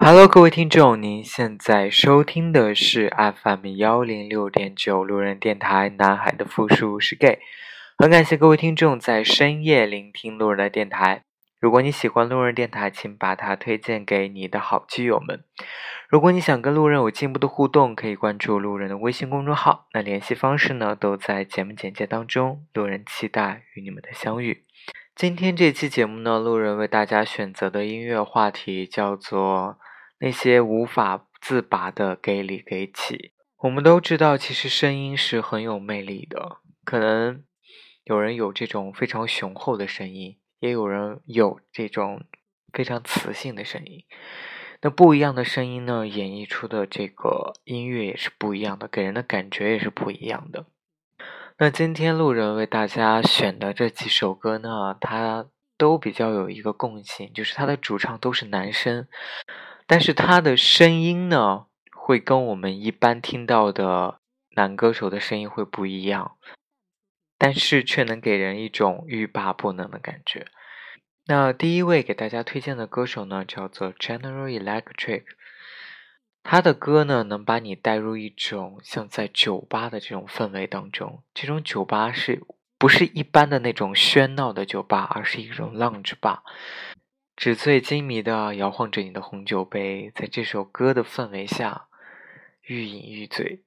Hello，各位听众，您现在收听的是 FM106.9路人电台，男孩的复数是 gay。很感谢各位听众在深夜聆听路人的电台。如果你喜欢路人电台，请把它推荐给你的好基友们。如果你想跟路人有进一步的互动，可以关注路人的微信公众号，那联系方式呢都在节目简介当中。路人期待与你们的相遇。今天这期节目呢，路人为大家选择的音乐话题叫做那些无法自拔的给里给气。我们都知道，其实声音是很有魅力的，可能有人有这种非常雄厚的声音，也有人有这种非常磁性的声音。那不一样的声音呢，演绎出的这个音乐也是不一样的，给人的感觉也是不一样的。那今天路人为大家选的这几首歌呢，它都比较有一个共性，就是它的主唱都是男生，但是他的声音呢，会跟我们一般听到的男歌手的声音会不一样，但是却能给人一种欲罢不能的感觉。那第一位给大家推荐的歌手呢，叫做 General Electric。他的歌呢，能把你带入一种像在酒吧的这种氛围当中。这种酒吧不是一般的那种喧闹的酒吧，而是一种 lounge bar，纸醉金迷的摇晃着你的红酒杯，在这首歌的氛围下愈饮愈醉。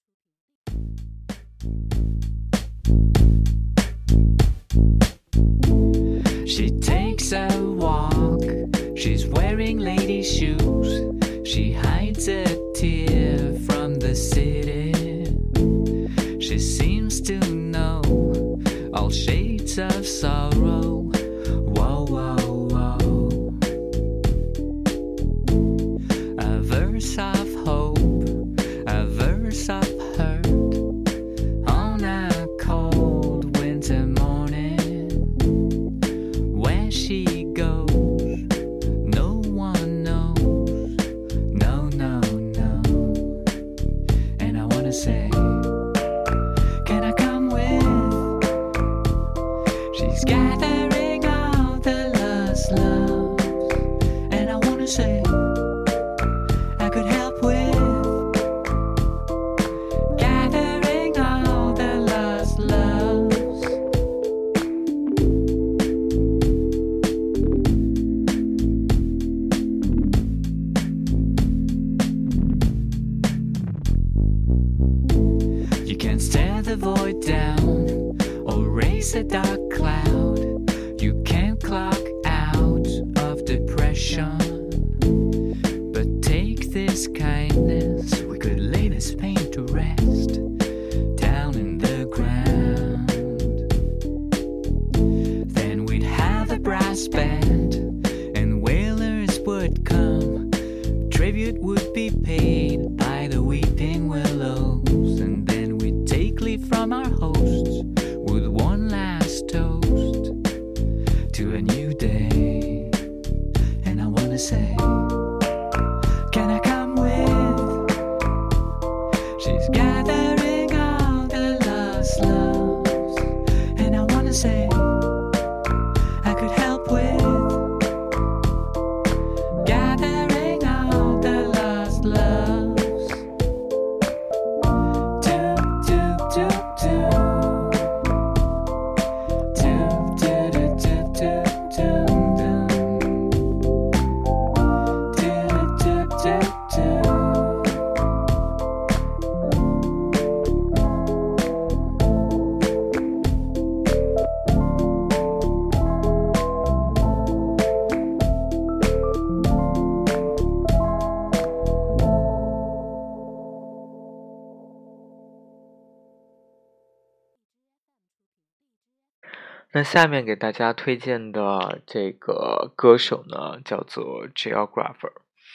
She takes a walk, she's wearing lady shoes. She hides a tear from the city. She seems to know all shades of sorrow. Whoa, whoa, whoa. A verse of hope, a verse of hurt. On a cold winter morning, where she goes, no one knows. No, no, no. And I wanna say, can I come with? She's gathering all the lost loves. And I wanna say, I could help with gathering all the lost loves. You can't stare the void down or raise a dark cloud. You can't clock out of depression. But take this kindness, we could lay this pain to rest down in the ground. Then we'd have a brass band and wailers would come. Tribute would be paid by the weeping willows. And then we'd take leave from our hosts with one last toast to a new day. And I wanna say, can I come with? She's gathering all the lost loves. And I wanna say, I could help with gathering all the lost loves. Do, do, do, do. Do, do, do, do, do, do, do. Do, do, do, do. 那下面给大家推荐的这个歌手呢，叫做 Geographer。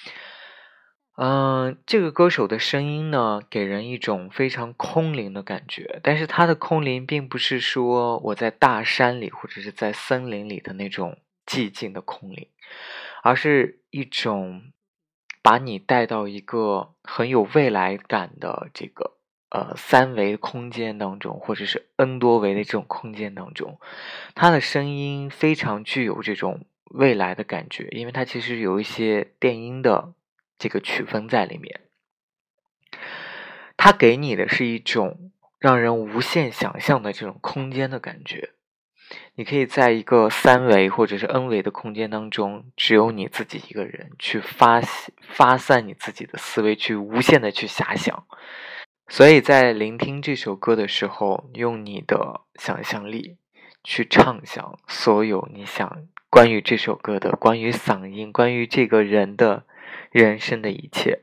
这个歌手的声音呢，给人一种非常空灵的感觉，但是他的空灵并不是说我在大山里或者是在森林里的那种寂静的空灵，而是一种把你带到一个很有未来感的这个三维空间当中，或者是 N 多维的这种空间当中，它的声音非常具有这种未来的感觉，因为它其实有一些电音的这个区分在里面。它给你的是一种让人无限想象的这种空间的感觉。你可以在一个3维或者是 N 维的空间当中，只有你自己一个人去发散你自己的思维，去无限的去遐想。所以在聆听这首歌的时候，用你的想象力去畅想所有你想关于这首歌的，关于嗓音，关于这个人的人生的一切。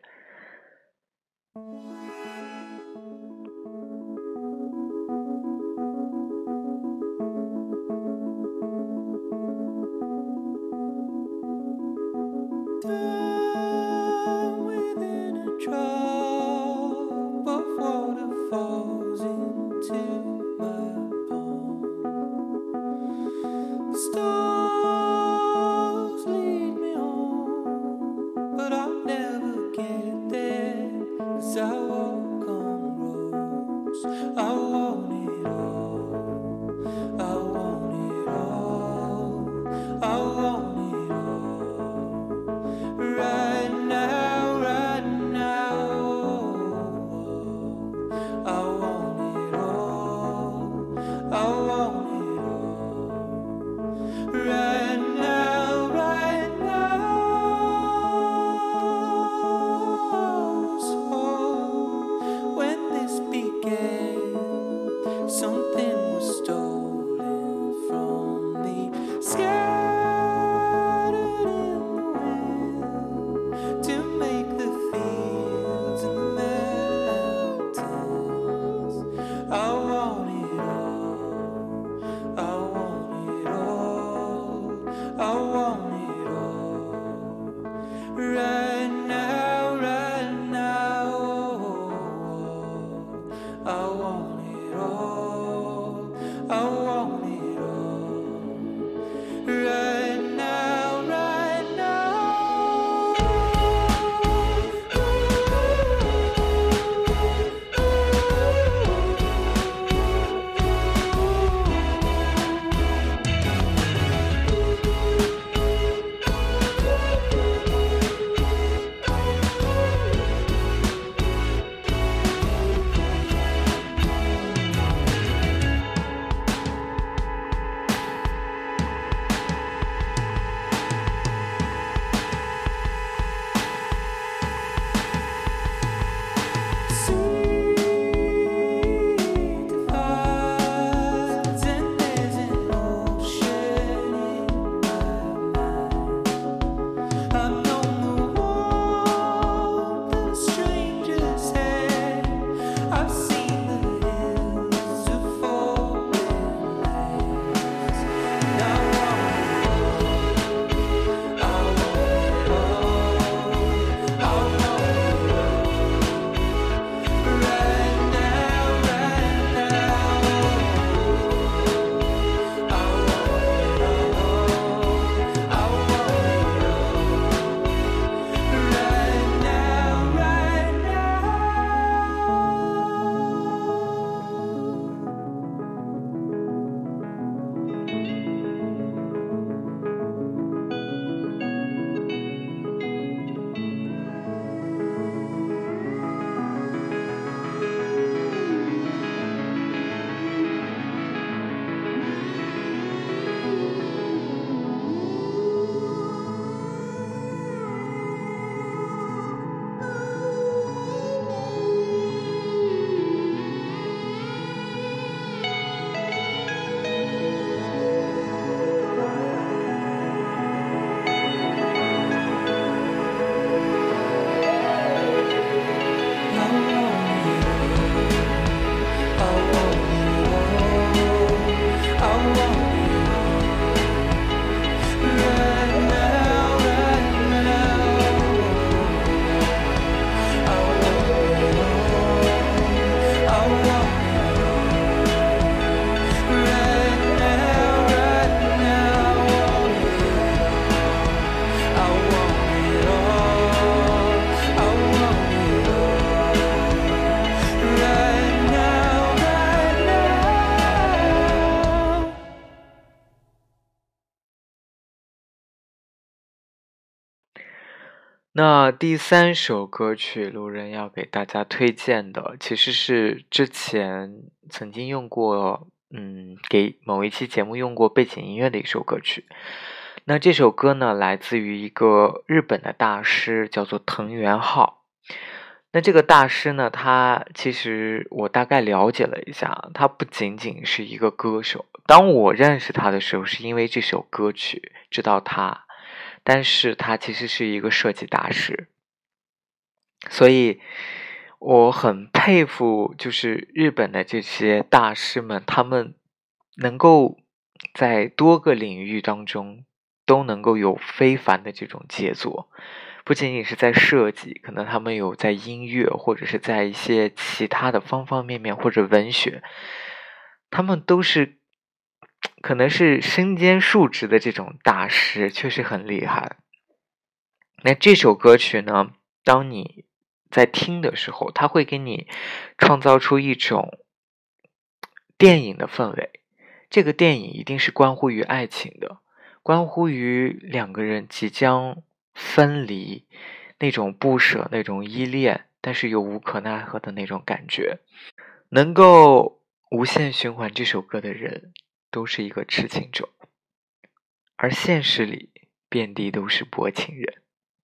那第3首歌曲路人要给大家推荐的，其实是之前曾经用过给某一期节目用过背景音乐的一首歌曲。那这首歌呢，来自于一个日本的大师，叫做藤原浩。那这个大师呢，他其实我大概了解了一下，他不仅仅是一个歌手。当我认识他的时候，是因为这首歌曲知道他，但是他其实是一个设计大师。所以我很佩服就是日本的这些大师们，他们能够在多个领域当中都能够有非凡的这种杰作，不仅仅是在设计，可能他们有在音乐，或者是在一些其他的方方面面，或者文学，他们都是可能是身兼数职的这种大师，确实很厉害。那这首歌曲呢，当你在听的时候，它会给你创造出一种电影的氛围。这个电影一定是关乎于爱情的，关乎于两个人即将分离，那种不舍，那种依恋，但是又无可奈何的那种感觉。能够无限循环这首歌的人，都是一个痴情种，而现实里遍地都是薄情人。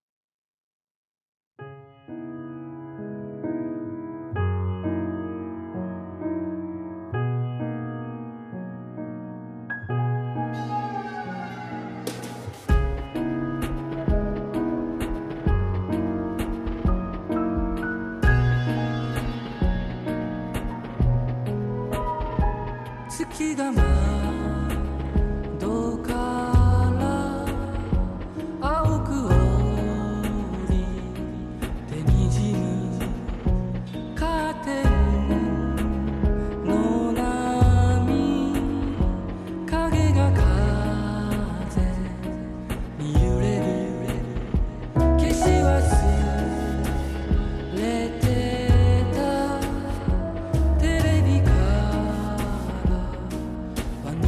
月が窓から青く降りてにじむカーテンの波、影が風に揺れる、消し忘れてたテレビから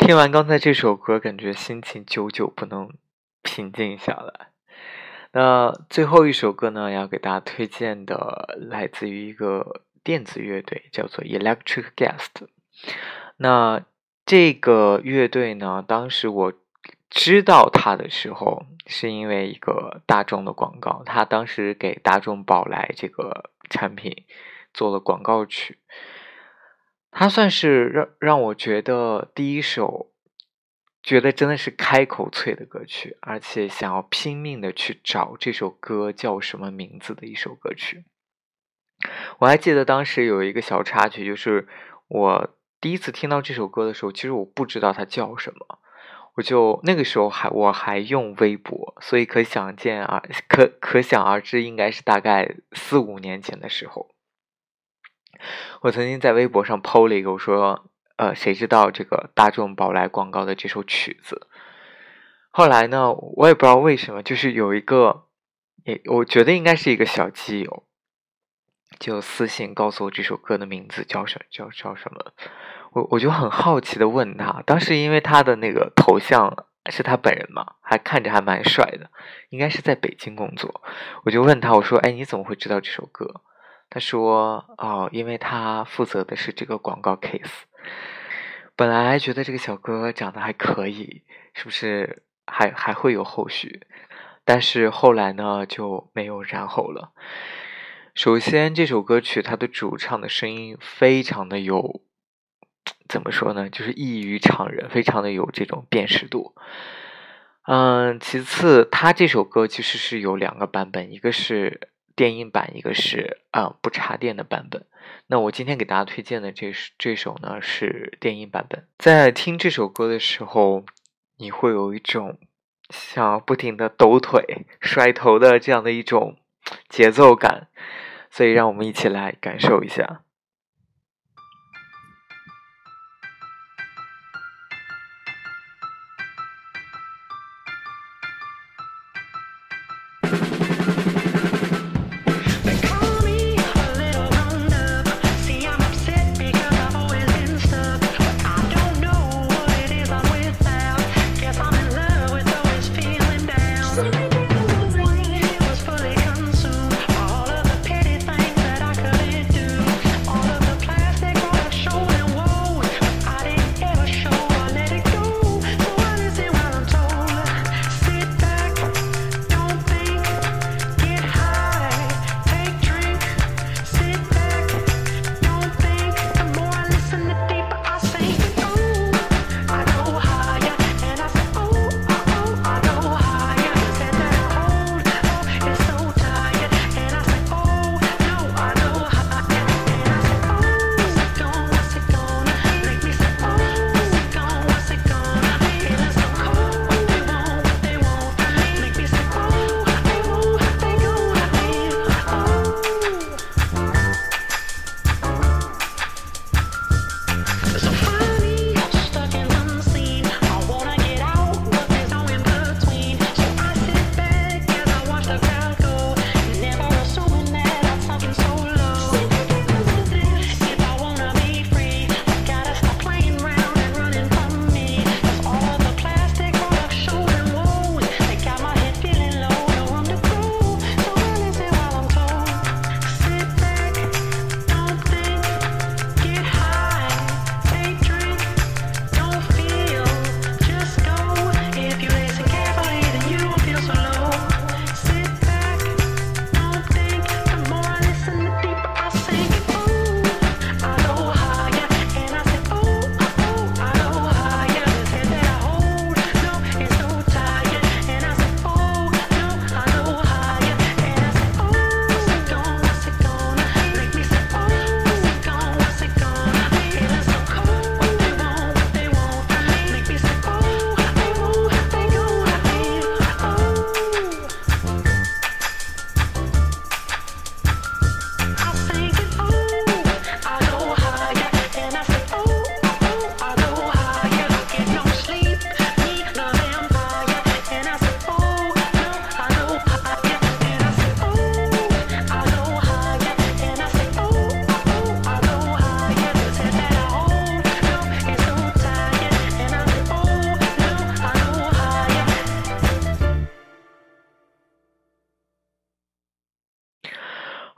听完刚才这首歌，感觉心情久久不能平静下来。那最后一首歌呢，要给大家推荐的来自于一个电子乐队，叫做 Electric Guest。那这个乐队呢，当时我知道它的时候，是因为一个大众的广告，他当时给大众宝来这个产品做了广告曲。它算是让我觉得第一首觉得真的是开口脆的歌曲，而且想要拼命的去找这首歌叫什么名字的一首歌曲。我还记得当时有一个小插曲，就是我第一次听到这首歌的时候，其实我不知道它叫什么，那个时候我还用微博，所以可想而知，应该是大概4-5年前的时候。我曾经在微博上 PO 了一个，我说谁知道这个大众宝来广告的这首曲子。后来呢，我也不知道为什么，就是有一个我觉得应该是一个小基友，就私信告诉我这首歌的名字叫什么。我就很好奇的问他，当时因为他的那个头像是他本人嘛，还看着还蛮帅的，应该是在北京工作。我就问他，我说哎，你怎么会知道这首歌？他说因为他负责的是这个广告 case。 本来觉得这个小哥长得还可以，是不是还会有后续，但是后来呢就没有然后了。首先这首歌曲它的主唱的声音非常的有，怎么说呢，就是异于常人，非常的有这种辨识度。其次他这首歌其实是有2个版本，一个是电音版，一个是不插电的版本。那我今天给大家推荐的这首呢是电音版本。在听这首歌的时候，你会有一种想要不停的抖腿甩头的这样的一种节奏感，所以让我们一起来感受一下。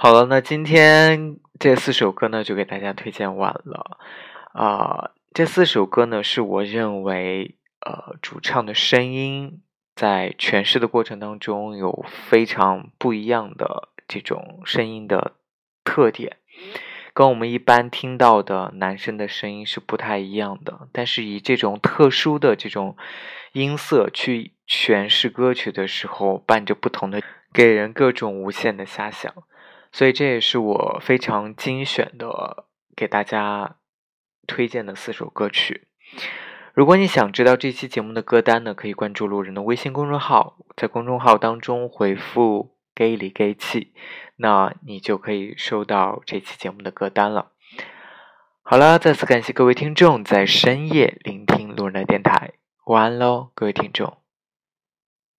好了，那今天这4首歌呢就给大家推荐完了。这4首歌呢是我认为主唱的声音在诠释的过程当中有非常不一样的这种声音的特点，跟我们一般听到的男生的声音是不太一样的，但是以这种特殊的这种音色去诠释歌曲的时候，伴着不同的，给人各种无限的遐想。所以这也是我非常精选的给大家推荐的4首歌曲。如果你想知道这期节目的歌单呢，可以关注路人的微信公众号，在公众号当中回复 gay 里 gay 气，那你就可以收到这期节目的歌单了。好了，再次感谢各位听众在深夜聆听路人的电台，晚安喽，各位听众。